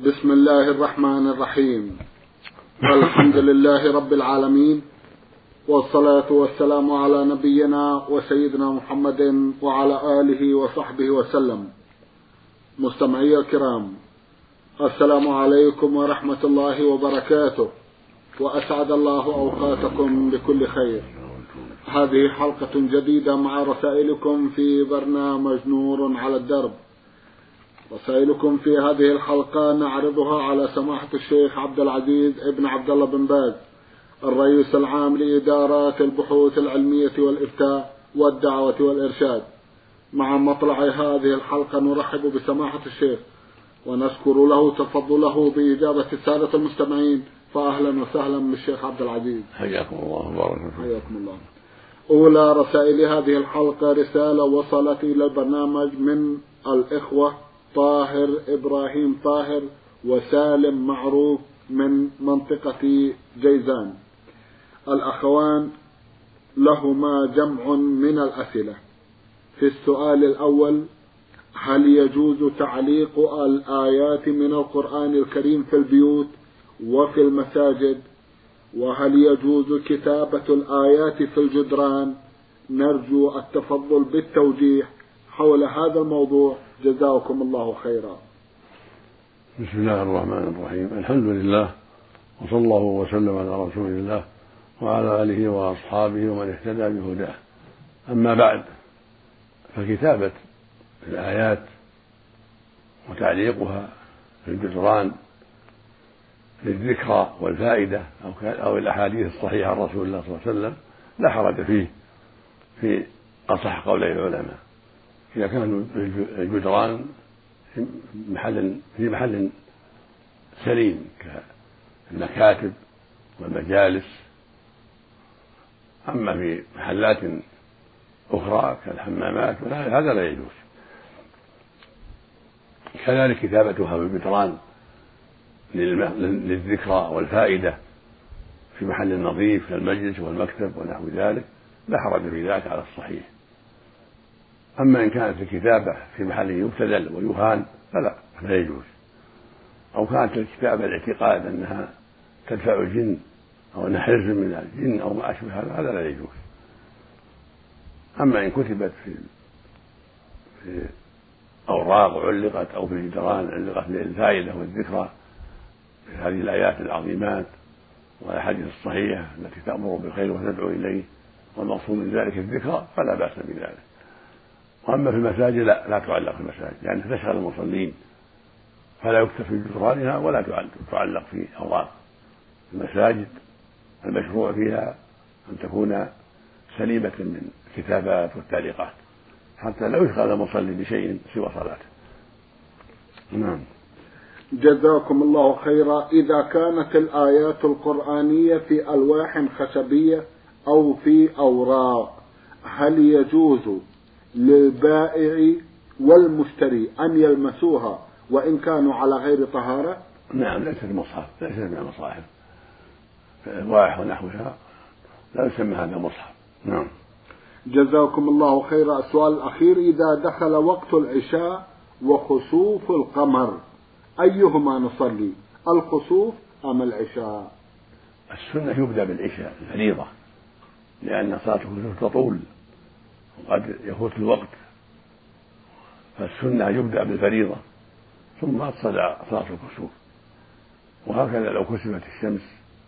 بسم الله الرحمن الرحيم. الحمد لله رب العالمين، والصلاة والسلام على نبينا وسيدنا محمد وعلى آله وصحبه وسلم. مستمعي الكرام، السلام عليكم ورحمة الله وبركاته، وأسعد الله أوقاتكم بكل خير. هذه حلقة جديدة مع رسائلكم في برنامج نور على الدرب. رسائلكم في هذه الحلقة نعرضها على سماحة الشيخ عبد العزيز ابن عبد الله بن باز، الرئيس العام لإدارات البحوث العلمية والإفتاء والدعوة والإرشاد. مع مطلع هذه الحلقة نرحب بسماحة الشيخ ونشكر له تفضله بإجابة السادة المستمعين، فأهلا وسهلا بالشيخ عبد العزيز. حياكم الله وبارك. حياكم الله. أولى رسائل هذه الحلقة رسالة وصلت إلى البرنامج من الإخوة طاهر إبراهيم طاهر وسالم معروف من منطقة جيزان. الأخوان لهما جمع من الأسئلة. في السؤال الأول: هل يجوز تعليق الآيات من القرآن الكريم في البيوت وفي المساجد؟ وهل يجوز كتابة الآيات في الجدران؟ نرجو التفضل بالتوجيه حول هذا الموضوع، جزاكم الله خيرا. بسم الله الرحمن الرحيم. الحمد لله، وصلى الله وسلم على رسول الله وعلى آله وأصحابه ومن اهتدى بهداه. أما بعد، فكتابة الآيات وتعليقها في الجدران للذكرى والفائدة أو الأحاديث الصحيحة عن رسول الله صلى الله عليه وسلم لا حرج فيه في أصح قولي العلماء، إذا كانوا الجدران في محل سليم كالمكاتب والمجالس. أما في محلات أخرى كالحمامات هذا لا يجوز. كذلك كتابتها في الجدران للذكرى والفائدة في محل نظيف كالمجلس والمكتب ونحو ذلك لا حرج في ذلك على الصحيح. أما إن كانت الكتابة في محل يبتذل ويهان فلا يجوز، أو كانت الكتابة الاعتقاد أنها تدفع الجن أو أنها حرز من الجن أو ما أشبه هذا لا يجوز. أما إن كتبت في أوراق علقت أو في الجدران علقت للفائدة والذكرى في هذه الآيات العظيمات والأحاديث الصحيحة التي تأمر بالخير وتدعو إليه والمقصود من ذلك الذكرى فلا بأس بذلك. وأما في المساجد لا تعلق في المساجد، لأنها تشغل المصلين، فلا يكتب في جدرانها ولا تعلق في أوراق. المساجد المشروع فيها أن تكون سليمة من الكتابات والتعليقات حتى لا يشغل المصلي بشيء سوى صلاته. نعم. جزاكم الله خيرا. إذا كانت الآيات القرآنية في ألواح خشبية أو في أوراق، هل يجوز للبائع والمشتري أن يلمسوها وإن كانوا على غير طهارة؟ نعم، ليس المصحف، ليس من المصاحف، الألواح ونحوها لا يسمى هذا مصحف. نعم. جزاكم الله خيرا. السؤال الأخير: إذا دخل وقت العشاء وخسوف القمر أيهما نصلي، الخسوف أم العشاء؟ السنة يبدأ بالعشاء الفريضة، لأن صلاة الخسوف تطول وقد يفوت الوقت، فالسنة يبدأ بالفريضة ثم تصلى صلاة الخسوف. وهكذا لو كسفت الشمس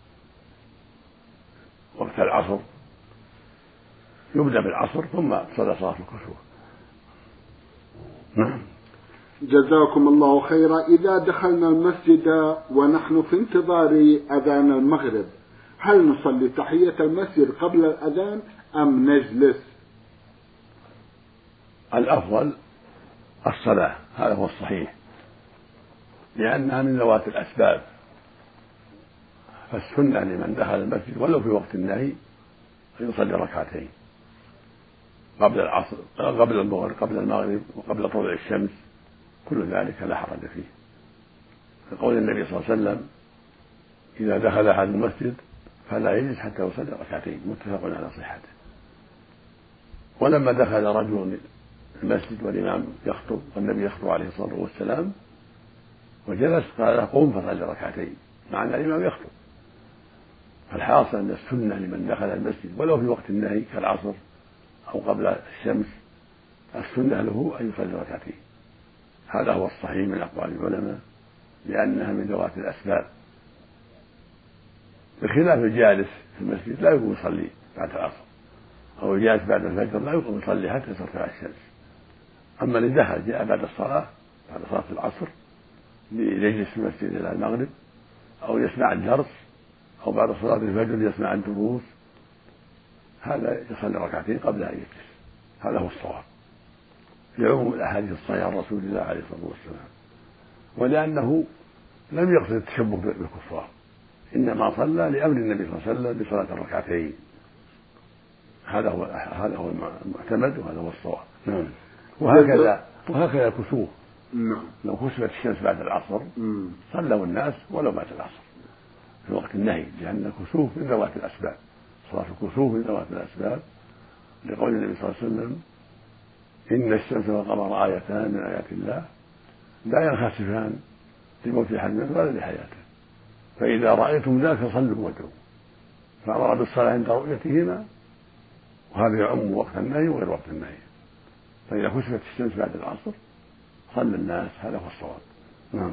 وقت العصر يبدأ بالعصر ثم تصلى صلاة الكسوف. نعم. جزاكم الله خيرا. إذا دخلنا المسجد ونحن في انتظار أذان المغرب، هل نصلي تحية المسجد قبل الأذان أم نجلس؟ الأفضل الصلاة، هذا هو الصحيح، لأنها من ذوات الأسباب. فالسنة لمن دخل المسجد ولو في وقت النهي فيصلي ركعتين قبل العصر قبل المغرب وقبل طلوع الشمس، كل ذلك لا حرج فيه. لقول النبي صلى الله عليه وسلم: إذا دخل أحد المسجد فلا يجلس حتى يصلي ركعتين، متفق على صحته. ولما دخل رجل المسجد والإمام يخطب والنبي يخطب عليه الصلاة والسلام وجلس قال له قم فصل ركعتين، مع أن الإمام يخطب. فالحاصل أن السنة لمن دخل المسجد ولو في وقت النهي كالعصر أو قبل الشمس، السنة له أن يصلي ركعتين. هذا هو الصحيح من أقوال العلماء، لأنها من ذوات الأسباب، بخلاف الجالس في المسجد لا يقوم يصلي بعد العصر، أو الجالس بعد الفجر لا يقوم يصلي حتى ترتفع الشمس. أما اللي دخل جاء بعد الصلاة، بعد صلاة العصر، ليجلس في المسجد إلى المغرب، أو يسمع الدرس، أو بعد صلاة الفجر يسمع الدروس، هذا يصلي ركعتين قبل أن يجلس. هذا هو الصواب لعموم الأحاديث الصحيحة عن رسول الله عليه الصلاة والسلام، ولأنه لم يقصد التشبه بالكفار، إنما صلى لأمر النبي صلى الله عليه وسلم بصلاة الركعتين. هذا هو المعتمد وهذا هو الصواب. نعم. وهكذا الكسوف. نعم. لو كسفت الشمس بعد العصر صلوا الناس ولو بعد العصر في وقت النهي، لأن الكسوف من ذوات الأسباب، صلاة الكسوف من ذوات الأسباب، لقول النبي صلى الله عليه وسلم إن الشمس والقمر آيتان من آيات الله لا ينخسفان لموت أحد منهم ولا لحياته، فإذا رأيتم ذلك فصلوا وادعوا، فأمر بالصلاة عند رؤيتهما، وهذا يعم وقت النهي وغير وقت النهي. فإذا كسفت الشمس بعد العصر صلى الناس، هذا هو الصواب. نعم.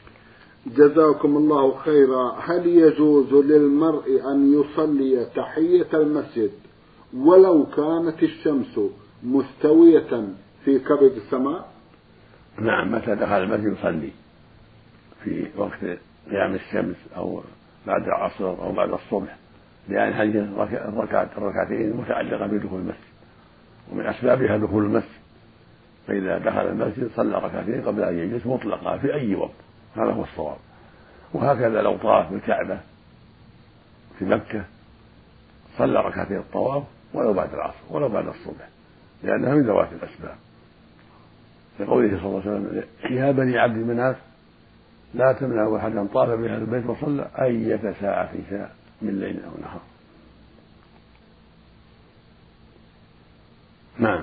جزاكم الله خيرا. هل يجوز للمرء أن يصلي تحية المسجد ولو كانت الشمس مستوية في كبد السماء؟ نعم، متى دخل المسجد يصلي في وقت قيام الشمس أو بعد العصر أو بعد الصبح، لأن هذه الركعتين متعلقة بدخول المسجد، ومن أسبابها دخول المسجد، فإذا دخل المسجد صلى ركعتين قبل أن يجلس مطلقا في أي وقت، هذا هو الصواب. وهكذا لو طاف بالكعبة في مكة صلى ركعتين الطواف ولو بعد العصر ولو بعد الصبح، لأنها من ذوات الأسباب، لقوله صلى الله عليه وسلم يا بني عبد مناف لا تمنعوا أحدا طاف بهذا البيت وصلى أية ساعة شاء من ليل أو نهار. نعم.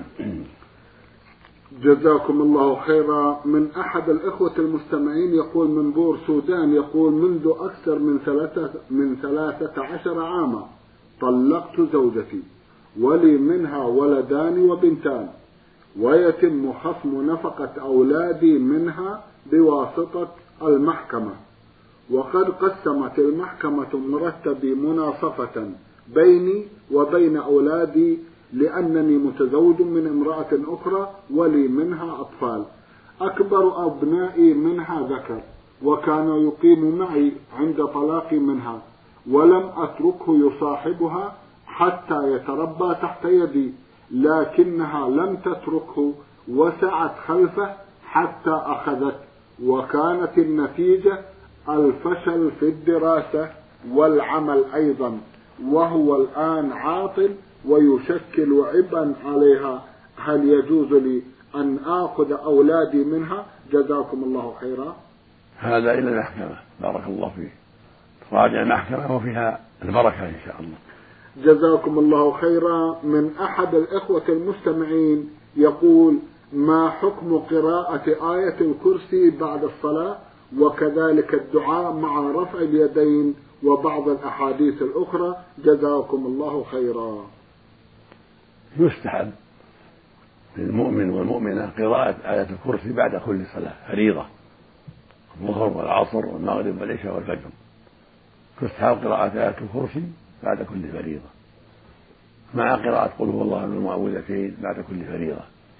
جزاكم الله خيرا. من أحد الإخوة المستمعين يقول من بور سودان، يقول منذ أكثر من 13 عاما طلقت زوجتي ولي منها ولدان وبنتان، ويتم خصم نفقة أولادي منها بواسطة المحكمة، وقد قسمت المحكمة مرتبي مناصفة بيني وبين أولادي، لأنني متزوج من امرأة أخرى ولي منها أطفال، أكبر أبنائي منها ذكر، وكان يقيم معي عند طلاقي منها، ولم أتركه يصاحبها حتى يتربى تحت يدي، لكنها لم تتركه وسعت خلفه حتى أخذت، وكانت النتيجة الفشل في الدراسة والعمل أيضا، وهو الآن عاطل ويشكل عبئا عليها. هل يجوز لي أن آخذ أولادي منها؟ جزاكم الله خيرا. هذا إلى المحكمة، بارك الله فيه، راجع المحكمة وفيها البركة إن شاء الله. جزاكم الله خيرا. من أحد الإخوة المستمعين يقول ما حكم قراءة آية الكرسي بعد الصلاة، وكذلك الدعاء مع رفع اليدين وبعض الأحاديث الأخرى؟ جزاكم الله خيرا. يستحب للمؤمن والمؤمنة قراءة آية الكرسي بعد كل صلاة فريضة، الظهر والعصر والمغرب والعشاء والفجر، تستحب قراءة آية الكرسي بعد كل فريضة، مع قراءة قل هو الله المعوذتين بعد كل فريضة،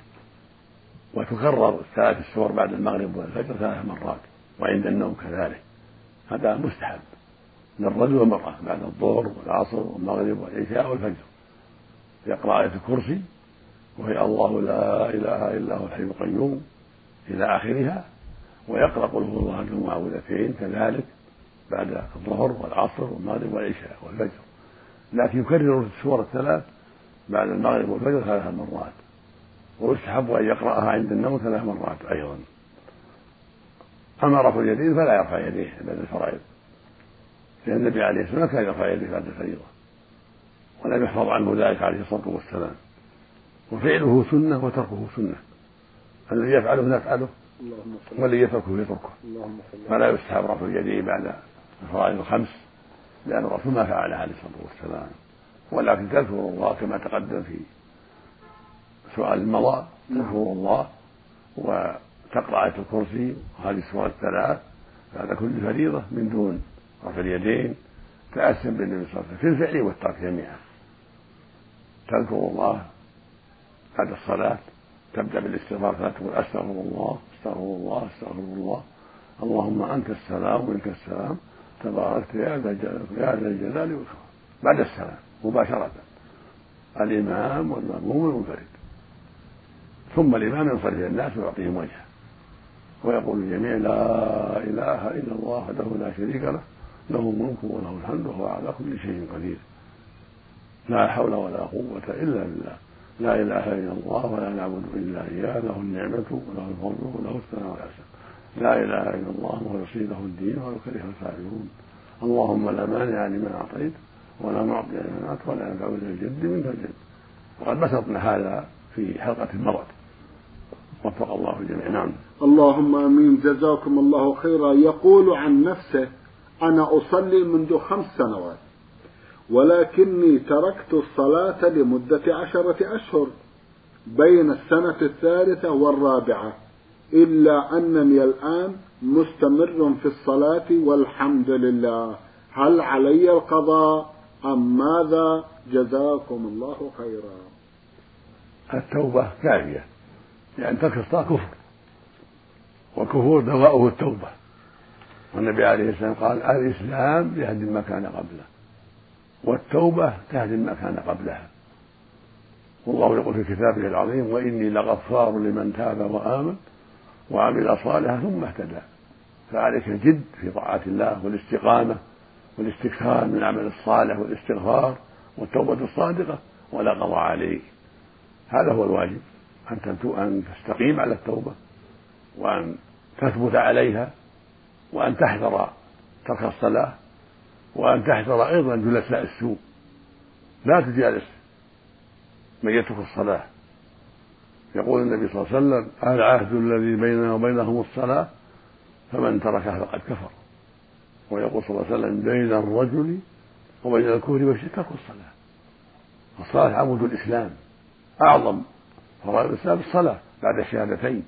وتكرر 3 السور بعد المغرب والفجر 3 مرات، وعند النوم كذلك. هذا مستحب للرجل والمرأة بعد الظهر والعصر والمغرب والعشاء والفجر، يقرأ آية الكرسي وهي الله لا إله إلا هو الحي القيوم إلى آخرها، ويقرأ قل هو الله المعوذتين كذلك بعد الظهر والعصر والمغرب والعشاء والفجر، لكن يكرر السور 3 بعد المغرب والفجر 3 مرات، ويستحب أن يقرأها عند النوم 3 مرات أيضا. أما رفع اليدين فلا يرفع يديه بعد الفرائض، لأن النبي عليه الصلاة والسلام كان يرفع يديه بعد الفريضة، ولم يحفظ عنه ذلك عليه الصلاة والسلام، وفعله سنة وتركه سنة، الذي يفعله نفعله والذي يتركه يتركه، فلا يستحب رفع اليدين بعد الفرائض الخمس، لأن الرسول ما فعل عليه الصلاة والسلام، ولكن تذكر الله كما تقدم في سؤال المضى، تذكر الله وتقرأ آية الكرسي وهذه السور الثلاث بعد كل فريضة من دون رفع اليدين، تأسم بالنبي صلى الله عليه وسلم في الفعل والترك جميعا. تذكر الله بعد الصلاة، تبدأ بالاستغفار فتقول أستغفر الله أستغفر الله أستغفر الله، اللهم أنت السلام ومنك السلام تباركت يا ذا الجلال والإكرام، بعد السلام مباشرة الإمام والمأموم المنفرد، ثم الإمام ينصرف إلى الناس ويعطيهم وجهه ويقول الجميع لا إله إلا الله وحده لا شريك له له الملك وله الحمد وهو على كل شيء قدير، لا حول ولا قوة إلا بالله، لا إله إلا الله ولا نعبد إلا إياه، له النعمة وله الفضل وله الثناء والحسن، لا إله إلا الله مخلصين له الدين ولو كره الكافرون، اللهم لا مانع لما أعطيت ولا معطي لما منعت ولا ينفع ذا الجد منك الجد. وقد بسطنا هذا في حلقة المرض، وفق الله الجميع. نعم. اللهم آمين. جزاكم الله خيرا. يقول عن نفسه: أنا أصلي منذ 5 سنوات، ولكني تركت الصلاة لمدة 10 أشهر بين السنة 3 و4، إلا أنني الآن مستمر في الصلاة والحمد لله، هل علي القضاء أم ماذا؟ جزاكم الله خيرا. التوبة كافية، لأن ترك الصلاة كفر، والكفور دواؤه التوبة، والنبي عليه السلام قال الإسلام يهدم ما كان قبله، والتوبة تهدم ما كان قبلها. والله يقول في كتابه العظيم: وإني لغفار لمن تاب وآمن وعمل صالحا ثم اهتدى. فعليك الجد في طاعة الله والاستقامة والاستكثار من العمل الصالح والاستغفار والتوبة الصادقة، ولا قضاء عليك. هذا هو الواجب، أن تستقيم على التوبة، وأن تثبت عليها، وأن تحذر ترك الصلاة، وأن تحذر أيضا جلساء السوء. لا تجالس من يترك الصلاة. يقول النبي صلى الله عليه وسلم: العهد الذي بيننا وبينهم الصلاة فمن تركها فقد كفر. ويقول صلى الله عليه وسلم: بين الرجل وبين الكفر والشرك ترك الصلاة. الصلاة عمود الإسلام، أعظم فرائض الإسلام الصلاة بعد الشهادتين.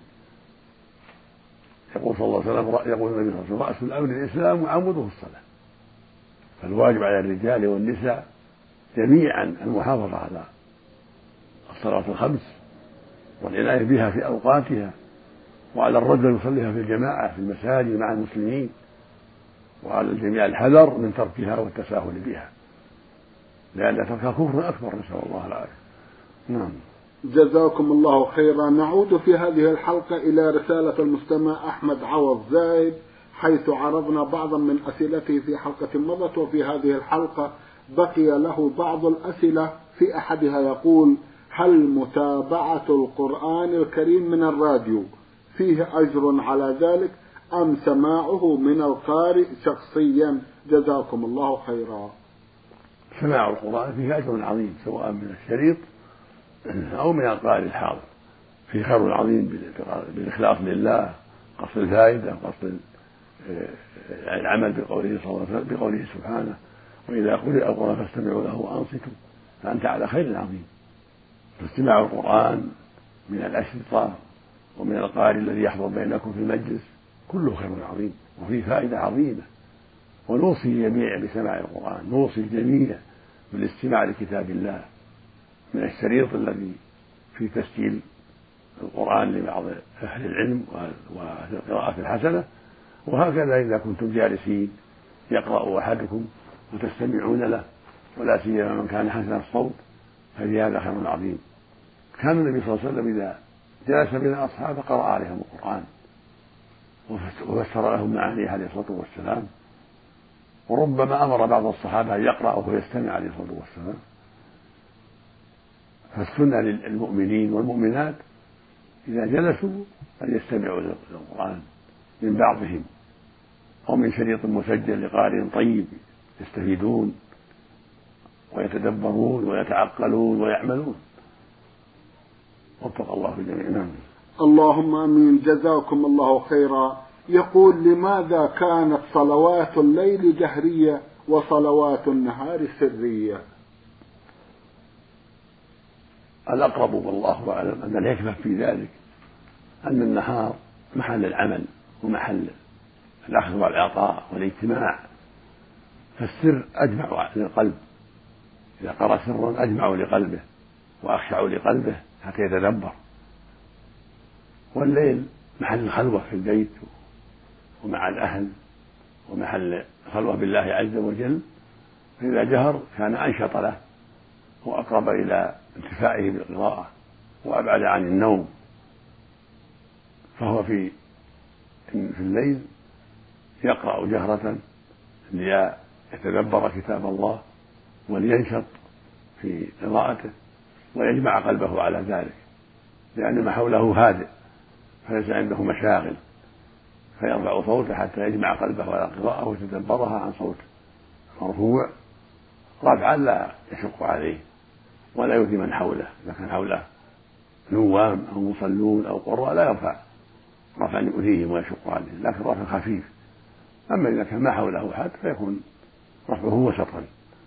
يقول صلى الله عليه وسلم: يقول النبي صلى الله عليه وسلم: رأس الأمر الإسلام وعموده الصلاة. فالواجب على الرجال والنساء جميعا المحافظة على الصلاة الخمس والعناية بها في أوقاتها، وعلى الرجل يصليها في الجماعة في المساجد مع المسلمين، وعلى الجميع الحذر من تركها والتساهل بها، لأن تركها كفر أكبر، نسأل الله العافية. نعم. جزاكم الله خيرا. نعود في هذه الحلقة إلى رسالة المستمع أحمد عوض زايد، حيث عرضنا بعضا من أسئلته في حلقة مضت، وفي هذه الحلقة بقي له بعض الأسئلة. في أحدها يقول: هل متابعة القرآن الكريم من الراديو فيه أجر على ذلك أم سماعه من القارئ شخصيا؟ جزاكم الله خيرا. سماع القرآن فيه أجر عظيم، سواء من الشريط أو من القارئ الحاضر، فيه خير عظيم بالإخلاص لله، قصد الفائدة، قصد العمل بقوله صلى الله عليه وسلم، بقوله سبحانه: وإذا قرئ القرآن فاستمعوا له وأنصتوا، فأنت على خير عظيم. فاستماع القرآن من الأشرطة ومن القارئ الذي يحضر بينكم في المجلس كله خير عظيم وفيه فائدة عظيمة. ونوصي الجميع بسماع القرآن، نوصي الجميع بالاستماع لكتاب الله من الشريط الذي فيه تسجيل القرآن لبعض أهل العلم وأهل القراءة الحسنة. وهكذا إذا كنتم جالسين يقرأ أحدكم وتستمعون له، ولا سيما من كان حسن الصوت، ففي هذا خير عظيم. كان النبي صلى الله عليه وسلم إذا جلس بين أصحابه قرأ عليهم القرآن وفسر لهم معانيه عليه الصلاة والسلام، وربما أمر بعض الصحابة أن يقرأ وهو يستمع عليه الصلاة والسلام. فالسنة للمؤمنين والمؤمنات إذا جلسوا أن يستمعوا للقرآن من بعضهم أو من شريط مسجل لقارئ طيب، يستفيدون ويتدبرون ويتعقلون ويعملون. وفق الله الجميع. نعم. اللهم امين، جزاكم الله خيرا. يقول: لماذا كانت صلوات الليل جهرية وصلوات النهار سرية؟ الأقرب والله أعلم أن الحكمة في ذلك أن النهار محل العمل ومحل الأخذ والعطاء والاجتماع، فالسر أجمع للقلب، إذا قرأ سرا أجمع لقلبه وأخشع لقلبه حتى يتدبر. والليل محل الخلوة في البيت ومع الأهل ومحل خلوة بالله عز وجل، فإذا جهر كان أنشط له وأقرب إلى انتفاعه بالقراءة وأبعد عن النوم. فهو في الليل يقرأ جهرة ليتدبر كتاب الله ولينشط في قراءته ويجمع قلبه على ذلك، لأن ما حوله هادئ فليس عنده مشاغل، فيرفع صوته حتى يجمع قلبه على القراءة ويتدبرها عن صوت مرفوع رفعا لا يشق عليه ولا يؤذي من حوله. إذا كان حوله نوام أو مصلون أو قراء لا يرفع رفعا يؤذيهم ويشق عليهم، لكن رفع خفيف. أما إذا كان ما حوله أحد فيكون رفعه وسطا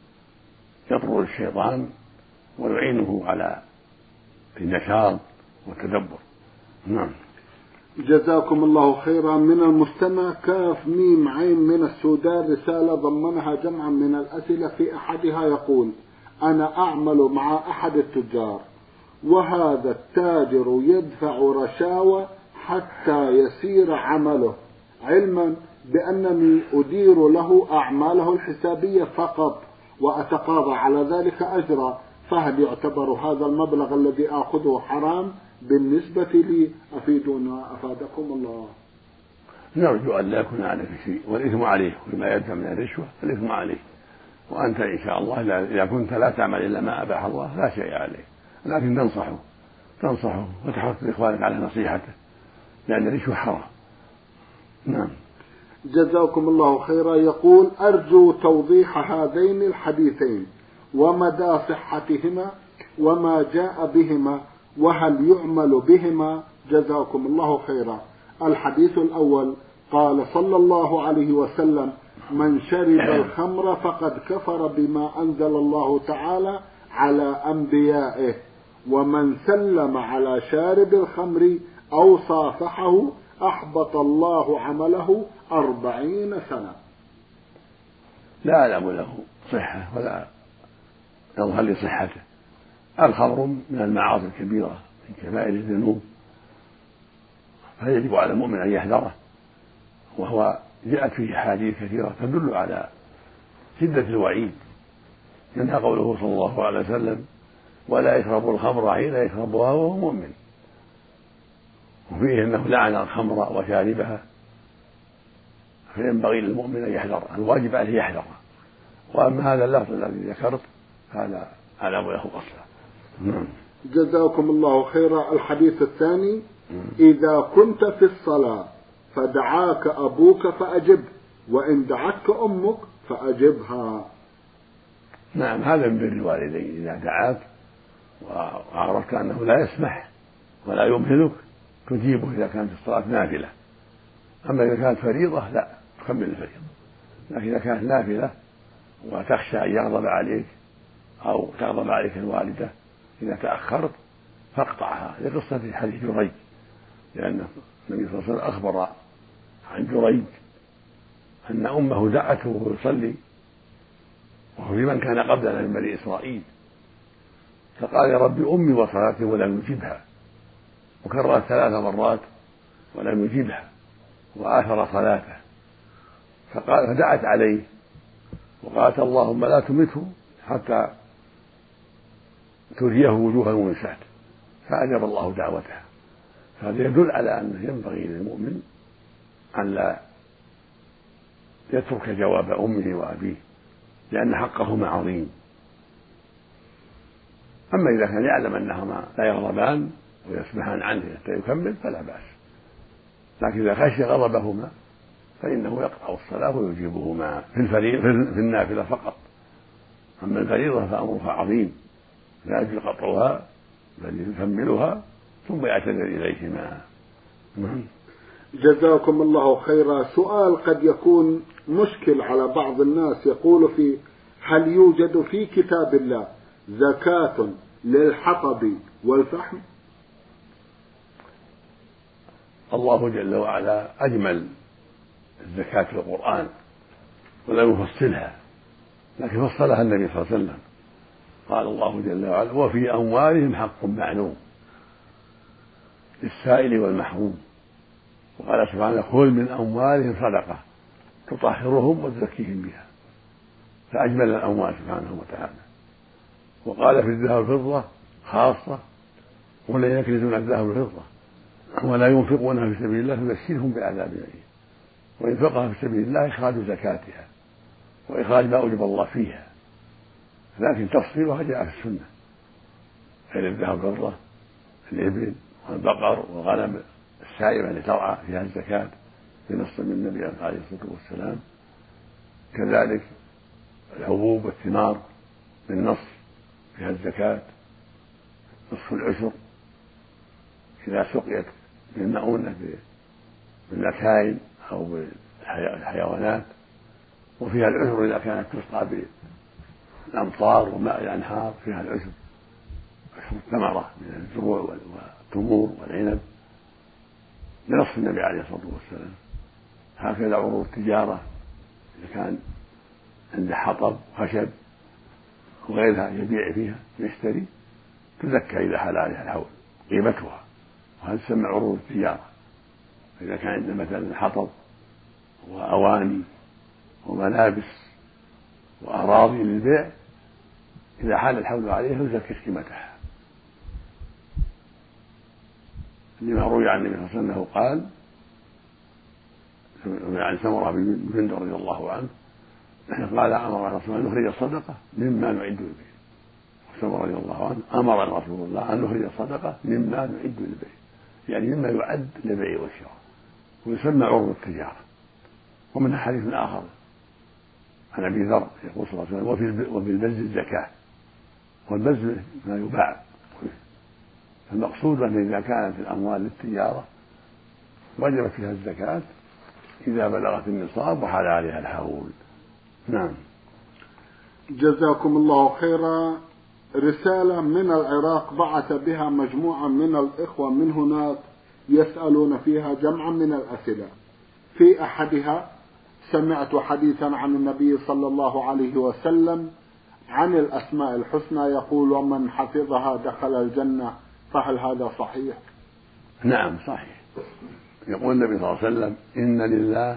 يطرد الشيطان ويعينه على النشاط والتدبر. نعم. جزاكم الله خيرا. من المستمع كاف ميم عين من السودان رسالة ضمنها جمعا من الأسئلة، في أحدها يقول: أنا أعمل مع أحد التجار، وهذا التاجر يدفع رشاوى حتى يسير عمله، علما بأنني أدير له أعماله الحسابية فقط وأتقاضى على ذلك أجرا، فهل يعتبر هذا المبلغ الذي آخذه حرام بالنسبة لي؟ أفيدونا أفادكم الله. نرجو أن لا يكون عليك شيء، والإثم عليه، وما يدفع من الرشوة الإثم عليه، وأنت إن شاء الله إذا كنت لا تعمل إلا ما أباح الله لا شيء عليه، لكن تنصحه وتحث إخوانك على نصيحته، لأن الرشوة حرام. نعم. جزاكم الله خيرا. يقول: أرجو توضيح هذين الحديثين ومدى صحتهما وما جاء بهما، وهل يعمل بهما؟ جزاكم الله خيرا. الحديث الأول: قال صلى الله عليه وسلم: من شرب الخمر فقد كفر بما أنزل الله تعالى على أنبيائه، ومن سلم على شارب الخمر أو صافحه أحبط الله عمله 40 سنة. لا أعلم له صحة ولا يظهر لي صحته. الخمر من المعاصي الكبيرة من كبائر الذنوب، فيجب على المؤمن أن يحذره، وهو جاءت فيه حديث كثيرة تدل على شدة الوعيد، منها قوله صلى الله عليه وسلم: ولا يشرب الخمر حين يشربها وهو مؤمن، وفيه أنه لعن الخمر وشاربها، فينبغي للمؤمن أن يحذرها، الواجب عليه يحذرها. وأما هذا اللفظ الذي ذكرت هذا أعلم له أصلا. جزاكم الله خيرا. الحديث الثاني: إذا كنت في الصلاة فدعاك أبوك فأجب، وإن دعتك أمك فأجبها. نعم، هذا من بر الوالدين، إذا دعاك وعرفت أنه لا يسمح ولا يمهلك تجيبه إذا كانت الصلاة نافلة. أما إذا كانت فريضة لا تكمل الفريضة، لكن إذا كانت نافلة وتخشى أن يغضب عليك أو تغضب عليك الوالدة إذا تأخرت فاقطعها، لقصة حديث جريج، لأن النبي صلى الله عليه وسلم أخبر عن جريج أن أمه دعته وهو يصلي، وهو في من كان قبلنا من بني إسرائيل، فقال: يا رب أمي وصلاتي، ولم يجبها، وكرر 3 مرات ولم يجبها وآثر صلاته، فدعت عليه وقالت: اللهم لا تمته حتى تريه وجوه المنسات، فأجاب الله دعوتها. فهذا يدل على أنه ينبغي للمؤمن أن لا يترك جواب أمه وأبيه، لأن حقهما عظيم. أما إذا كان يعلم أنهما لا يغضبان ويسمحان عنه حتى يكمل فلا بأس، لكن إذا خشي غضبهما فإنه يقطع الصلاة ويجيبهما في النافلة فقط. أما الفريضة فأمرها عظيم، لا يجوز قطعها بل يكملها ثم يعتذر إليهما. جزاكم الله خيرا. سؤال قد يكون مشكل على بعض الناس، يقول هل يوجد في كتاب الله زكاة للحطب والفحم؟ الله جل وعلا أجمل الزكاة في القرآن ولم يفصلها، لكن فصلها النبي صلى الله عليه وسلم. قال الله جل وعلا: وفي أموالهم حق معلوم للسائل والمحروم. وقال سبحانه: خذ من أموالهم صدقة تطهرهم وتزكيهم بها. فأجمل الأموال سبحانه وتعالى. وقال في الذهب والفضة خاصة: ولا يكنزون الذهب والفضة ولا ينفقونها في سبيل الله فبشرهم بعذاب أليم. وإنفاقها في سبيل الله إخراج زكاتها وإخراج ما أوجب الله فيها، لكن تفصيلها جاء في السنة، غير الذهب والفضة الإبل والبقر والغنم السائمة التي ترعى فيها الزكاة بنص من النبي عليه الصلاة والسلام. كذلك الحبوب والثمار بالنص فيها الزكاة، نصف العشر إذا سقيت بالمؤونة بالنتائج أو بالحيوانات، وفيها العشر إذا كانت تسقى بالأمطار وماء الأنهار، فيها العشر، عشر الثمرة من الزروع والتمور والعنب بنص النبي عليه الصلاة والسلام. هكذا عروض التجارة إذا كان عنده حطب خشب وغيرها يبيع فيها يشتري تزكى إذا حال عليها الحول قيمتها، وهذا تسمى عروض التجارة. إذا كان عنده مثلا حطب وأواني وملابس وأراضي للبيع إذا حال الحول عليها تزكى قيمتها، لما روي عن النبي صلى الله عليه وسلم قال عن سمرة بن جندب رضي الله عنه قال: أمر رسول الله أن نخرج الصدقة مما نعد للبيع. سمرة رضي الله عنه أمر رسول الله أن نخرج الصدقة مما نعد للبيع، يعني مما يعد للبيع والشراء، ويسمى عروض التجارة. ومن حديث آخر عن أبي ذر يقول صلى الله عليه وسلم: وفي البز الزكاة. والبز ما يباع. المقصود أن إذا كانت الأموال للتجارة وجبت فيها الزكاة إذا بلغت النصاب وحال عليها الحول. نعم. جزاكم الله خيرا. رسالة من العراق بعث بها مجموعة من الإخوة من هناك يسألون فيها جمعا من الأسئلة. في أحدها: سمعت حديثا عن النبي صلى الله عليه وسلم عن الأسماء الحسنى يقول: ومن حفظها دخل الجنة، فهل هذا صحيح؟ نعم صحيح. يقول النبي صلى الله عليه وسلم: إن لله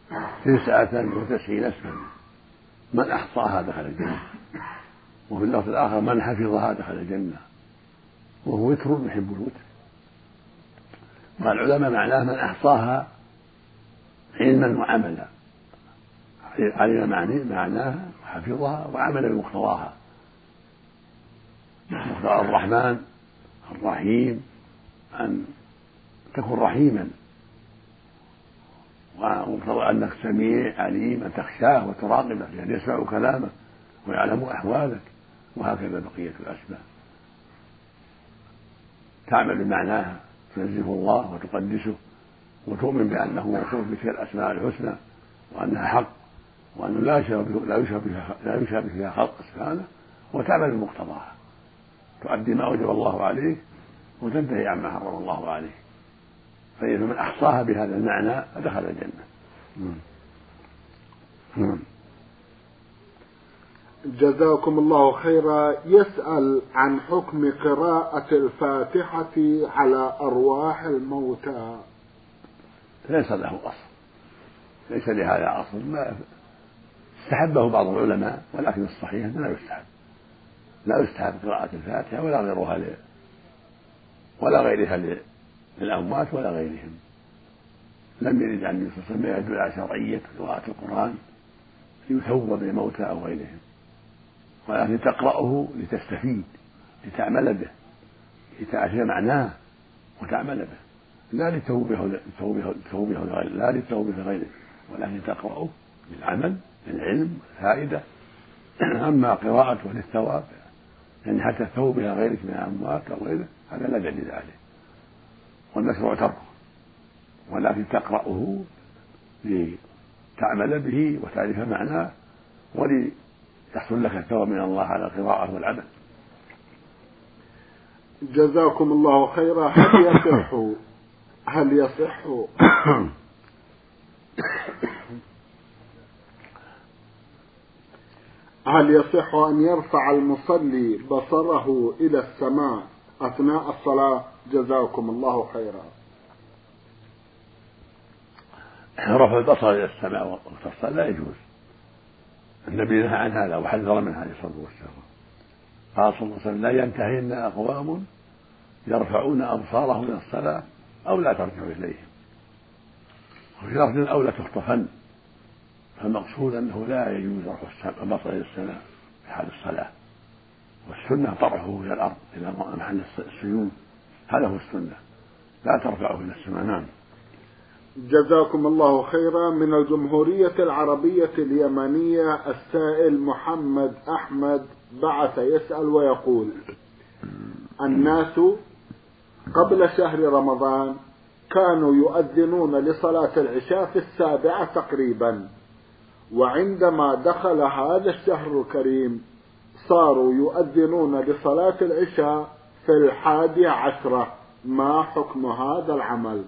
99 اسما من أحصاها دخل الجنة. وفي اللفظ الآخر: من حفظها دخل الجنة. وهو وتر يحب الوتر. قال العلماء معناه من أحصاها علما وعملا، علم معناها وحفظها وعمل بمقتضاها. مقتضى الرحمن الرحيم أن تكون رحيما، ومقتضى أنك سميع عليم أن تخشاه وتراقبه يعني يسمع كلامه ويعلم أحوالك، وهكذا بقية الأسماء تعمل بمعناها، تنزه الله وتقدسه وتؤمن بأنه موصوف بتلك الأسماء الحسنى وأنها حق وأنه لا يشابه فيها خلق سبحانه، وتعمل بمقتضاها، تؤدي ما أوجب الله عليه وتنتهي عما حرم الله عليه. فإذا من أحصاها بهذا المعنى فدخل الجنة. جزاكم الله خيرا. يسأل عن حكم قراءة الفاتحة على أرواح الموتى. ليس له أصل، ليس لهذا أصل، ما استحبه بعض العلماء، ولكن الصحيح أنه لا يستحب قراءة الفاتحة ولا غيرها للأموات ولا غيرهم. لم يرد عن النبي صلى الله عليه وسلم يدل على شرعية قراءة القرآن ليثوب بالموتى أو غيرهم، ولكن تقرأه لتستفيد، لتعمل به، لتعرف معناه وتعمل به، لا للتوبة لغيره، ولكن تقرأه للعمل للعلم والفائدة. أما قراءته للثواب يعني حتى تثوب بها غيرك من الأموات أو غيره هذا لا دليل عليه. والمشروع تركه، ولكن تقرأه لتعمل به وتعرف معناه وليحصل لك الثواب من الله على القراءة والعمل. جزاكم الله خيرا. هل يصح أن يرفع المصلي بصره إلى السماء أثناء الصلاة؟ جزاكم الله خيرا. رفع البصر إلى السماء وقت الصلاة لا يجوز، النبي نهى عن هذا وحذر منه عليه الصلاة والسلام. قال صلى الله عليه وسلم: لا ينتهين أقوام يرفعون أبصارهم إلى الصلاة أو لا ترجعوا إليهم، وفي لفظ أو لا تخطفن. فالمقصود أنه لا يجوز رفع البصر إلى السماء في حال الصلاة، والسنة طرحه إلى الأرض إلى محل السجود، هذا هو السنة، لا ترفعه إلى السماء. نعم. جزاكم الله خيرا. من الجمهورية العربية اليمنية السائل محمد أحمد بعث يسأل ويقول: الناس قبل شهر رمضان كانوا يؤذنون لصلاة العشاء في 7 تقريبا، وعندما دخل هذا الشهر الكريم صاروا يؤذنون لصلاة العشاء في 11. ما حكم هذا العمل؟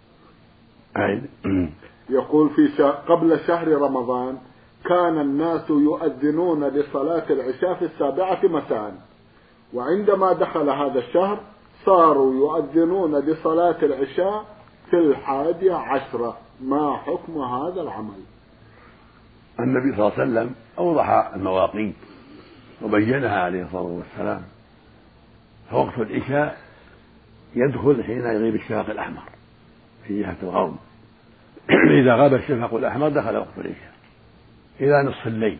يقول قبل شهر رمضان كان الناس يؤذنون لصلاة العشاء في 7 مساء، وعندما دخل هذا الشهر صاروا يؤذنون لصلاة العشاء في 11. ما حكم هذا العمل؟ النبي صلى الله عليه وسلم أوضح المواقيت وبينها عليه الصلاة والسلام. فوقت العشاء يدخل حين يغيب الشفق الأحمر في جهة الغرب، إذا غاب الشفق الأحمر دخل وقت العشاء إلى نصف الليل.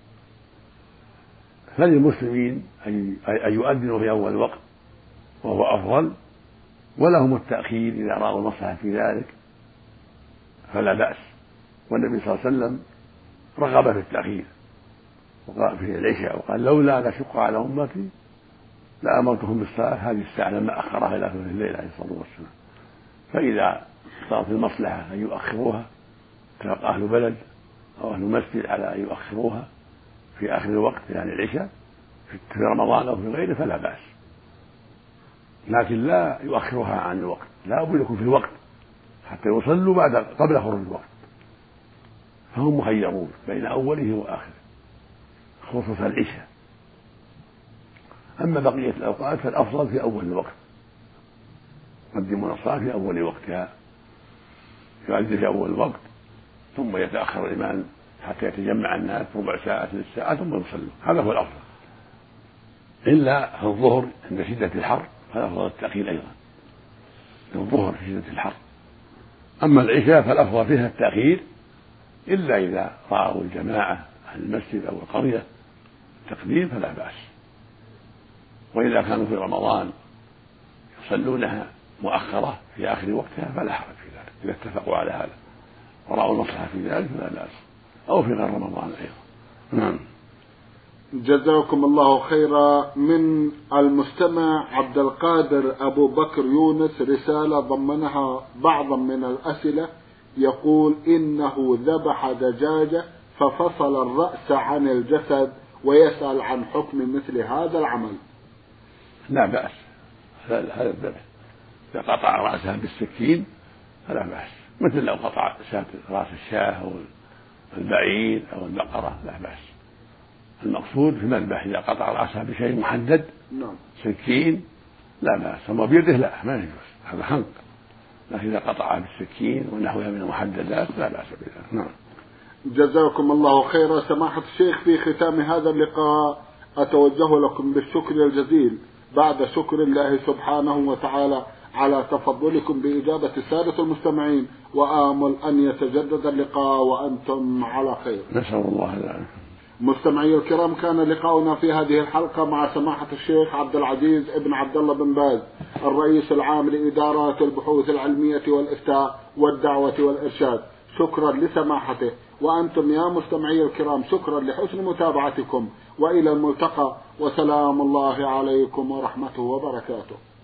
فللمسلمين أن يؤذنوا في أول وقت وهو أفضل، ولهم التأخير إذا رأوا المصلحة في ذلك فلا بأس. والنبي صلى الله عليه وسلم رغب في التأخير وقال في العشاء وقال: لولا أن أشق على أمتي لأمرتهم بالصلاة هذه الساعة، لما أخرها إلى ثلث الليل عليه الصلاة والسلام. فإذا صارت المصلحة أن يؤخروها اتفق أهل بلد أو أهل مسجد على أن يؤخروها في آخر الوقت يعني العشاء في رمضان أو في غيره فلا بأس، لكن لا يؤخرها عن الوقت، لا بد يكون في الوقت حتى يصلوا قبل خروج الوقت. فهم مخيرون بين أوله وآخره خصوصا العشاء. أما بقية الأوقات فالأفضل في أول الوقت، يقدمون الصلاة في أول وقتها، يؤذن في أول الوقت ثم يتأخر الإمام حتى يتجمع الناس ربع ساعة 3 ساعات ثم يصلوا، هذا هو الأفضل. إلا في الظهر عند شدة الحر فالأفضل التأخير أيضا في الظهر في شدة الحر. أما العشاء فالأفضل فيها التأخير إلا إذا رأوا الجماعة عن المسجد أو القرية تقديم فلا بأس. وإذا كانوا في رمضان يصلونها مؤخرة في آخر وقتها فلا حرج في ذلك إذا اتفقوا على هذا ورأوا المصلحة في ذلك فلا بأس، أو في غير رمضان أيضا. نعم. جزاكم الله خيرا. من المستمع عبد القادر أبو بكر يونس رسالة ضمنها بعضا من الأسئلة، يقول: إنه ذبح دجاجة ففصل الرأس عن الجسد ويسأل عن حكم مثل هذا العمل. لا بأس، هذا الذبح إذا قطع رأسها بالسكين فلا بأس، مثل لو قطع رأس الشاة أو البعير أو البقرة لا بأس. المقصود في المذبح إذا قطع رأسها بشيء محدد سكين لا بأس، أما بيده لا ما يجوز، هذا حنق. لكن إذا قطعها بالسكين ونحوها من المحددات لا بأس بذلك. نعم. جزاكم الله خيرا. سماحة الشيخ، في ختام هذا اللقاء أتوجه لكم بالشكر الجزيل بعد شكر الله سبحانه وتعالى على تفضلكم بإجابة السادة المستمعين، وآمل أن يتجدد اللقاء وأنتم على خير. نسأل الله ذلك. مستمعي الكرام، كان لقاؤنا في هذه الحلقة مع سماحة الشيخ عبد العزيز ابن عبد الله بن باز، الرئيس العام لإدارات البحوث العلمية والإفتاء والدعوة والإرشاد. شكرا لسماحته، وأنتم يا مستمعي الكرام شكرا لحسن متابعتكم، وإلى الملتقى، وسلام الله عليكم ورحمته وبركاته.